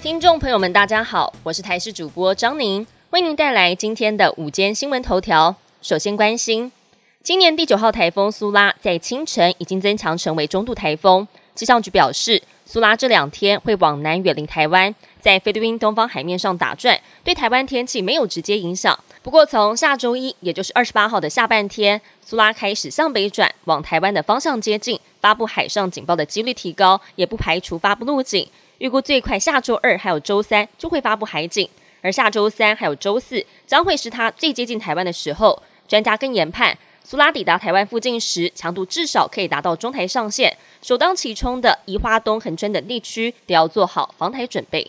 听众朋友们，大家好，我是台视主播张宁，为您带来今天的午间新闻头条。首先关心，今年第9号台风苏拉在清晨已经增强成为中度台风。气象局表示，苏拉这2天会往南远离台湾，在菲律宾东方海面上打转，对台湾天气没有直接影响。不过，从下周一，也就是28号的下半天，苏拉开始向北转，往台湾的方向接近，发布海上警报的几率提高，也不排除发布陆警。预估最快下周2还有周3就会发布海警，而下周3还有周4将会是它最接近台湾的时候。专家更研判，苏拉抵达台湾附近时，强度至少可以达到中台上限，首当其冲的宜花东、恒春等地区都要做好防台准备。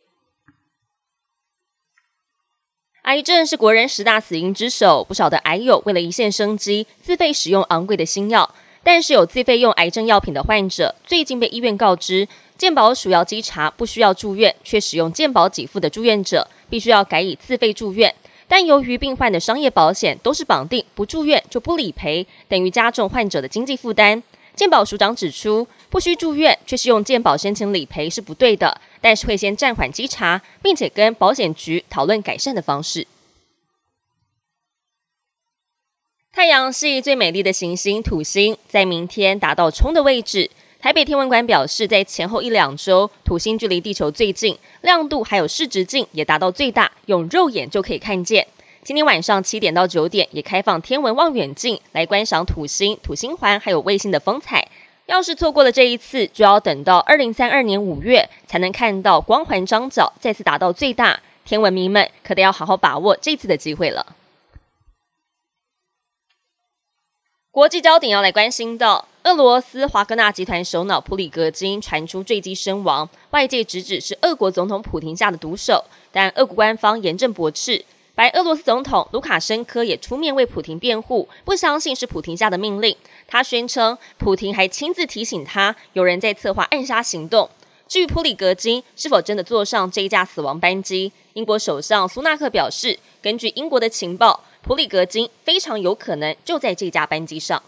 癌症是国人10大死因之首，不少的癌友为了一线生机，自费使用昂贵的新药。但是有自费用癌症药品的患者，最近被医院告知，健保署要稽查不需要住院，却使用健保给付的住院者，必须要改以自费住院。但由于病患的商业保险都是绑定不住院就不理赔，等于加重患者的经济负担。健保署长指出，不需住院却是用健保申请理赔是不对的，但是会先暂缓稽查，并且跟保险局讨论改善的方式。太阳系最美丽的行星土星在明天达到冲的位置。台北天文馆表示，在前后1-2周，土星距离地球最近，亮度还有视直径也达到最大，用肉眼就可以看见。今天晚上7点到9点也开放天文望远镜来观赏土星、土星环还有卫星的风采。要是错过了这一次，就要等到2032年5月才能看到光环张角再次达到最大。天文迷们可得要好好把握这次的机会了。国际焦点要来关心到，俄罗斯华格纳集团首脑普里格金传出坠机身亡，外界直指是俄国总统普廷下的毒手，但俄国官方严正驳斥。白俄罗斯总统卢卡申科也出面为普廷辩护，不相信是普廷下的命令。他宣称，普廷还亲自提醒他，有人在策划暗杀行动。至于普里格金是否真的坐上这一架死亡班机，英国首相苏纳克表示，根据英国的情报，普里格金非常有可能就在这架班机上。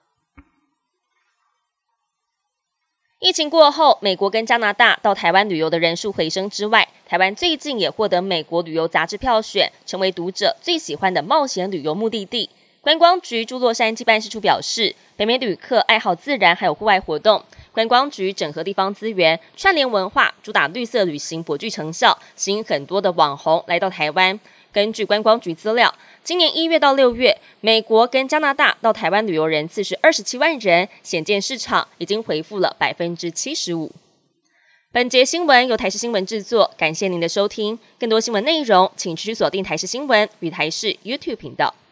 疫情过后，美国跟加拿大到台湾旅游的人数回升之外，台湾最近也获得美国旅游杂志票选，成为读者最喜欢的冒险旅游目的地。观光局驻洛杉矶办事处表示，北美旅客爱好自然还有户外活动，观光局整合地方资源，串联文化，主打绿色旅行颇具成效，吸引很多的网红来到台湾。根据观光局资料，今年1月到6月，美国跟加拿大到台湾旅游人次是27万人，显见市场已经回复了75%。本节新闻由台视新闻制作，感谢您的收听。更多新闻内容，请持续锁定台视新闻与台视 YouTube 频道。